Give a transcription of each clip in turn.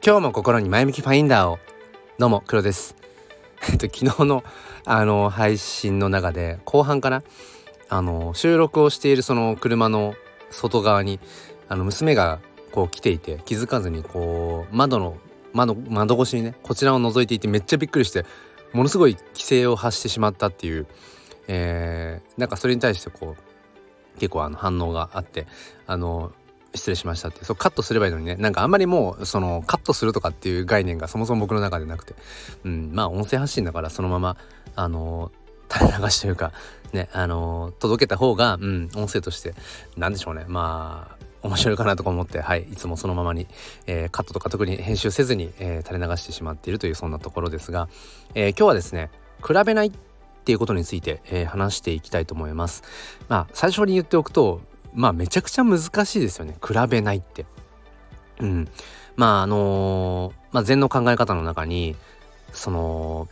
今日も心に前向きファインダーを。どうも黒です。昨日の配信の中で後半かな、収録をしているその車の外側に娘がこう来ていて、気づかずにこう窓越しにねこちらを覗いていて、めっちゃびっくりして、ものすごい規制を発してしまったっていう、なんかそれに対してこう結構反応があって、失礼しましたって、そうカットすればいいのにね、なんかあんまりもうそのカットするとかっていう概念がそもそも僕の中でなくて、まあ音声発信だからそのまま垂れ流しというかね、届けた方が音声としてなんでしょうね、まあ面白いかなとか思って、いつもそのままに、カットとか特に編集せずに、垂れ流してしまっているというそんなところですが、今日はですね、比べないっていうことについて、話していきたいと思います。最初に言っておくと、めちゃくちゃ難しいですよね、比べないって。禅の考え方の中にその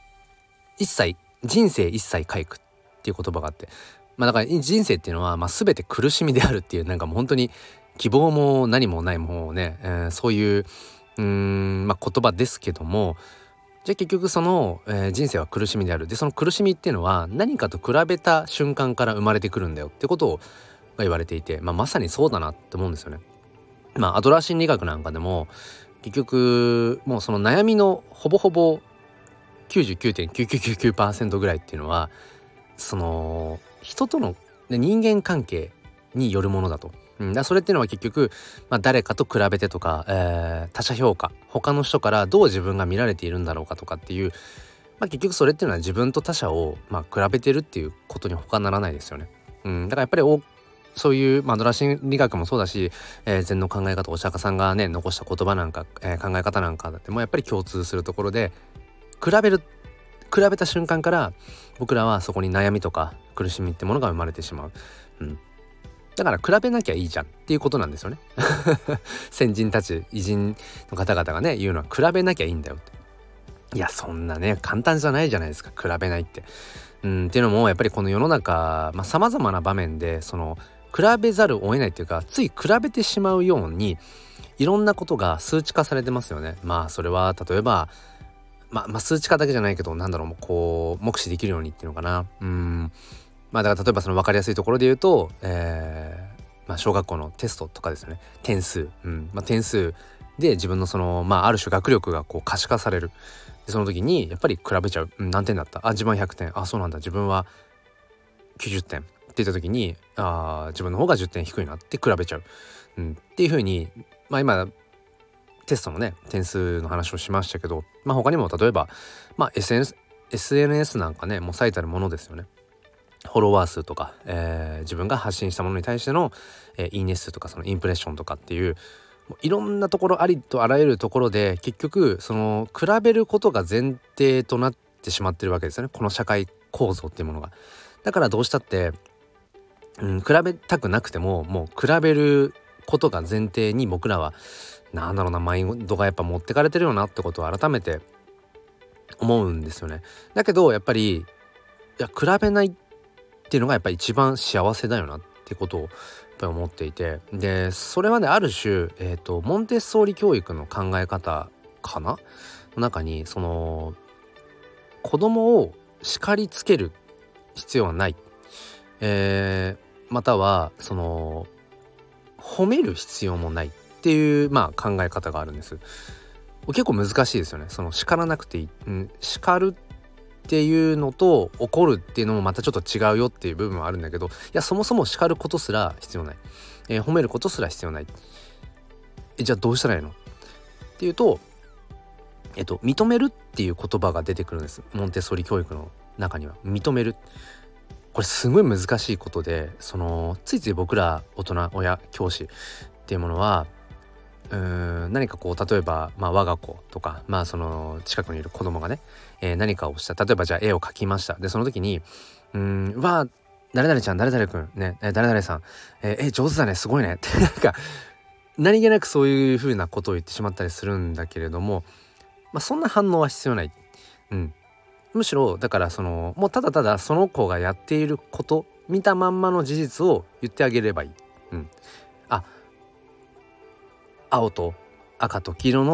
人生一切皆苦っていう言葉があって、だから人生っていうのは、全て苦しみであるっていう、なんかもう本当に希望も何もないもうね、そういう言葉ですけども、じゃあ結局その、人生は苦しみである。でその苦しみっていうのは何かと比べた瞬間から生まれてくるんだよってことが言われていて、まさにそうだなって思うんですよね。アドラー心理学なんかでも結局もうその悩みのほぼほぼ 99.9999% ぐらいっていうのは、その人との人間関係によるものだと。それっていうのは結局、誰かと比べてとか、他者評価、他の人からどう自分が見られているんだろうかとかっていう、結局それっていうのは自分と他者を、比べてるっていうことに他ならないですよね。だからやっぱりそういうドラ心理学もそうだし、禅の考え方、お釈迦さんがね残した言葉なんか、考え方なんかでもやっぱり共通するところで、比べた瞬間から僕らはそこに悩みとか苦しみってものが生まれてしまう。だから比べなきゃいいじゃんっていうことなんですよね。先人たち偉人の方々がね言うのは、比べなきゃいいんだよと。いやそんなね簡単じゃないじゃないですか、比べないって。っていうのもやっぱりこの世の中様々な場面でその比べざるを得ないっていうか、つい比べてしまうようにいろんなことが数値化されてますよね。それは例えば数値化だけじゃないけど、こう目視できるようにっていうのかな。だから例えばその分かりやすいところで言うと、小学校のテストとかですよね。点数、点数で自分のそのある種学力がこう可視化される。でその時にやっぱり比べちゃう。何点だった？自分は100点。そうなんだ、自分は90点って言った時に、自分の方が10点低いなって比べちゃう。っていう風に今テストのね点数の話をしましたけど、他にも例えばSNS なんかね、もう最たるものですよね。フォロワー数とか、自分が発信したものに対しての、いいね数とか、そのインプレッションとかっていう、もういろんなところ、ありとあらゆるところで結局その比べることが前提となってしまってるわけですよね、この社会構造っていうものが。だからどうしたって、比べたくなくてももう比べることが前提に、僕らはマインドがやっぱ持ってかれてるよなってことを改めて思うんですよね。だけどやっぱり比べないっていうのがやっぱり一番幸せだよなってことをやっぱり思っていて、でそれまである種、モンテッソーリ教育の考え方かなの中に、その子供を叱りつける必要はない、またはその褒める必要もないっていう考え方があるんです。結構難しいですよね。その叱らなくていい、叱るっていうのと怒るっていうのもまたちょっと違うよっていう部分はあるんだけど、いやそもそも叱ることすら必要ない、褒めることすら必要ない。じゃあどうしたらいいのっていうと、認めるっていう言葉が出てくるんです。モンテッソーリ教育の中には認める、これすごい難しいことで、そのついつい僕ら大人、親、教師っていうものは何かこう例えば、我が子とか、その近くにいる子供がね、何かをした。例えばじゃあ絵を描きました。でその時に誰々ちゃん、誰々くんね、誰々さん、上手だね、すごいねってなんか何気なくそういう風なことを言ってしまったりするんだけれども、そんな反応は必要ない。むしろだからそのもうただただその子がやっていること見たまんまの事実を言ってあげればいい。青と赤と黄色の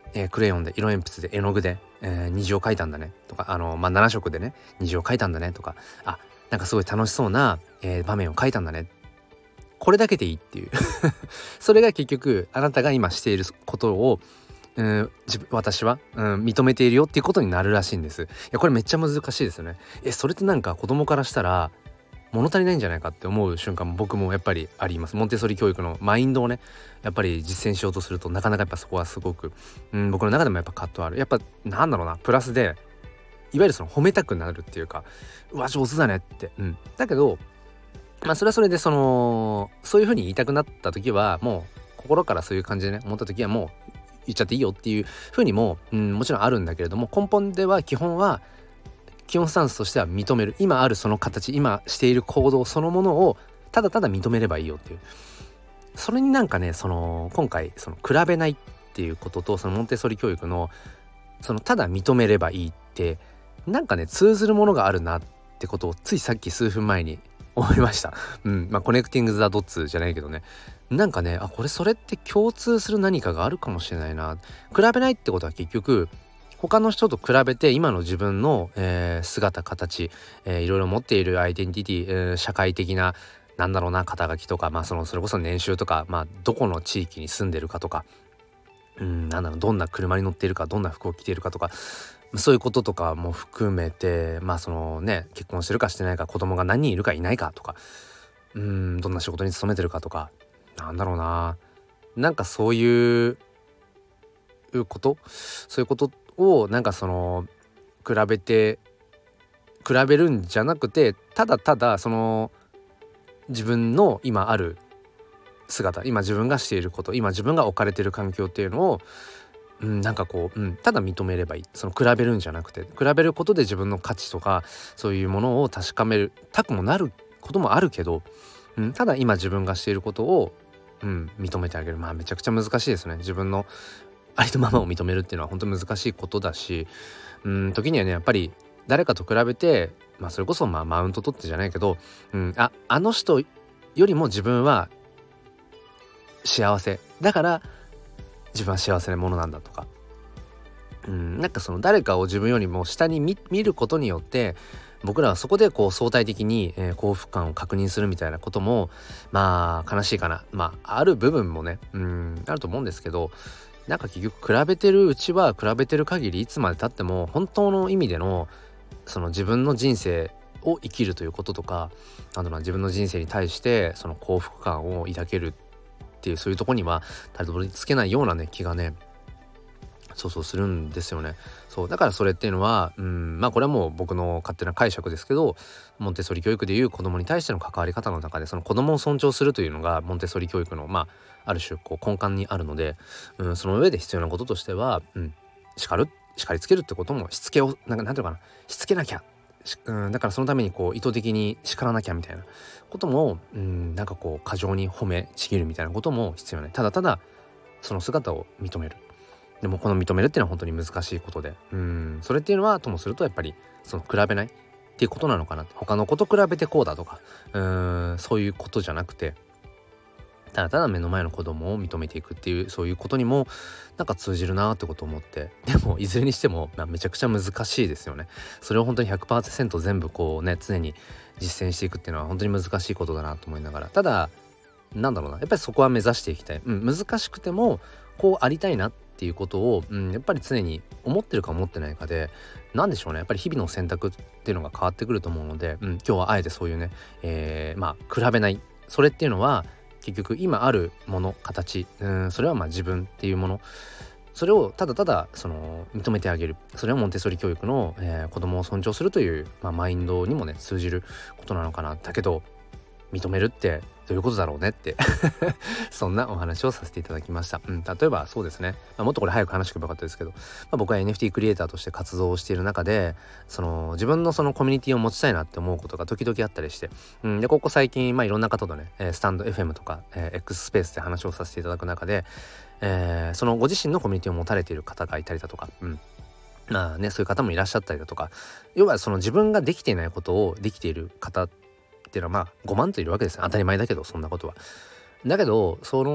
クレヨンで、色鉛筆で、絵の具で、虹を描いたんだねとか、7色でね虹を描いたんだねとか、なんかすごい楽しそうな、場面を描いたんだね、これだけでいいっていうそれが結局あなたが今していることを、私は、認めているよっていうことになるらしいんです。いやこれめっちゃ難しいですよね。それってなんか子供からしたら物足りないんじゃないかって思う瞬間も僕もやっぱりあります。モンテッソーリ教育のマインドをねやっぱり実践しようとするとなかなかやっぱそこはすごく、僕の中でもやっぱ葛藤ある。やっぱなんだろうな、プラスでいわゆるその褒めたくなるっていうか、うわ上手だねって、だけどそれはそれでそういう風に言いたくなった時はもう心からそういう感じでね思った時はもう言っちゃっていいよっていう風にも、もちろんあるんだけれども、根本では基本スタンスとしては認める。今あるその形、今している行動そのものをただただ認めればいいよっていう。それになんかね今回比べないっていうことと、そのモンテッソーリ教育のただ認めればいいってなんかね通ずるものがあるなってことをついさっき数分前に思いました。コネクティング・ザ・ドッツじゃないけどね、なんかねそれって共通する何かがあるかもしれないな。比べないってことは結局他の人と比べて今の自分の、姿形、いろいろ持っているアイデンティティ、社会的ななんだろうな肩書きとか、それこそ年収とか、どこの地域に住んでるかとか、なんだろう、どんな車に乗っているか、どんな服を着ているかとか、そういうこととかも含めて結婚してるかしてないか、子供が何人いるかいないかとか、どんな仕事に勤めてるかとか、なんだろうな、なんかそういうことをなんか比べるんじゃなくて、ただただ自分の今ある姿、今自分がしていること、今自分が置かれている環境っていうのを、ただ認めればいい。比べるんじゃなくて、比べることで自分の価値とかそういうものを確かめるたくもなることもあるけど、ただ今自分がしていることを、認めてあげる。めちゃくちゃ難しいですね。自分のありのままを認めるっていうのは本当に難しいことだし、時にはねやっぱり誰かと比べて、それこそマウント取ってじゃないけど、あの人よりも自分は幸せだから自分は幸せなものなんだとか、なんか誰かを自分よりも下に見ることによって僕らはそこで相対的に、幸福感を確認するみたいなことも悲しいかな、ある部分もねあると思うんですけど、なんか結局比べてるうちは比べてる限りいつまで経っても本当の意味での自分の人生を生きるということとか、自分の人生に対して幸福感を抱けるっていう、そういうとこにはたどり着けないようなね気がねするんですよね。だからそれっていうのはこれはもう僕の勝手な解釈ですけど、モンテッソーリ教育でいう子供に対しての関わり方の中で子供を尊重するというのがモンテッソーリ教育のある種根幹にあるので、その上で必要なこととしては、叱りつけるってこともしつけをなんていうのかな、しつけなきゃ、だからそのために意図的に叱らなきゃみたいなことも過剰に褒めちぎるみたいなことも必要ない。ただただその姿を認める。でもこの認めるっていうのは本当に難しいことで、それっていうのはともするとやっぱり比べないっていうことなのかな。他の子と比べてこうだとかそういうことじゃなくて、ただただ目の前の子供を認めていくっていう、そういうことにも通じるなってことを思って、でもいずれにしても、めちゃくちゃ難しいですよね。それを本当に 100% 全部常に実践していくっていうのは本当に難しいことだなと思いながら、ただやっぱりそこは目指していきたい。難しくてもこうありたいなっていうことを、やっぱり常に思ってるか思ってないかで、なんでしょうね、やっぱり日々の選択っていうのが変わってくると思うので、今日はあえてそういうね、比べない、それっていうのは結局今あるもの、形、それは自分っていうもの、それをただただ認めてあげる。それはモンテッソーリ教育の、子供を尊重するという、マインドにもね通じることなのかな。だけど認めるってどういうことだろうねってそんなお話をさせていただきました。例えばそうですね、もっとこれ早く話しておけばよかったですけど、僕は NFT クリエイターとして活動をしている中で自分のコミュニティを持ちたいなって思うことが時々あったりして、でここ最近いろんな方とねスタンド FM とか、X スペースで話をさせていただく中で、そのご自身のコミュニティを持たれている方がいたりだとか、そういう方もいらっしゃったりだとか、要は自分ができていないことをできている方っていうのは5万といるわけです。当たり前だけどそんなことは。だけど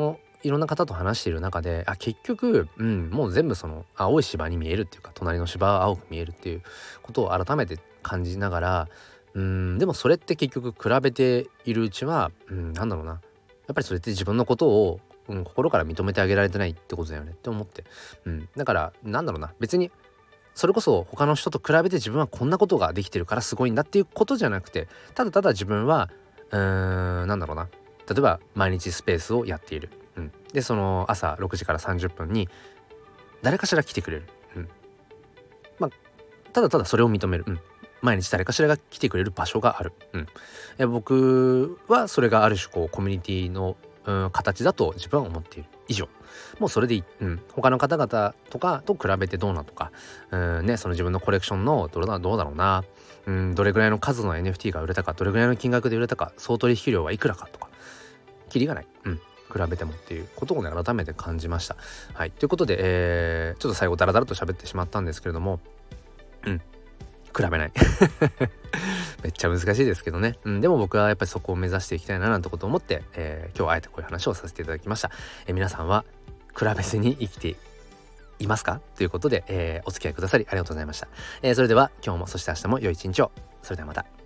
いろんな方と話している中で結局、もう全部その青い芝に見えるっていうか、隣の芝は青く見えるっていうことを改めて感じながら、でもそれって結局比べているうちは、なんだろうな、やっぱりそれって自分のことを、心から認めてあげられてないってことだよねって思って、だからなんだろうな、別にそれこそ他の人と比べて自分はこんなことができてるからすごいんだっていうことじゃなくて、ただただ自分はなんだろうな、例えば毎日スペースをやっている、でその朝6時から30分に誰かしら来てくれる、まあただただそれを認める、毎日誰かしらが来てくれる場所がある、僕はそれがある種こうコミュニティの、形だと自分は思っている以上、もうそれでいい、他の方々とかと比べてどうなとか、その自分のコレクションのどうだろうな、どれぐらいの数の NFT が売れたか、どれぐらいの金額で売れたか、総取引量はいくらかとか、キリがない、比べてもっていうことをね改めて感じました。はい、ということで、ちょっと最後ダラダラと喋ってしまったんですけれども、比べないめっちゃ難しいですけどね、でも僕はやっぱりそこを目指していきたいななんてことを思って、今日あえてこういう話をさせていただきました。皆さんは比べずに生きていますかということで、お付き合いくださりありがとうございました。それでは今日もそして明日も良い一日を。それではまた。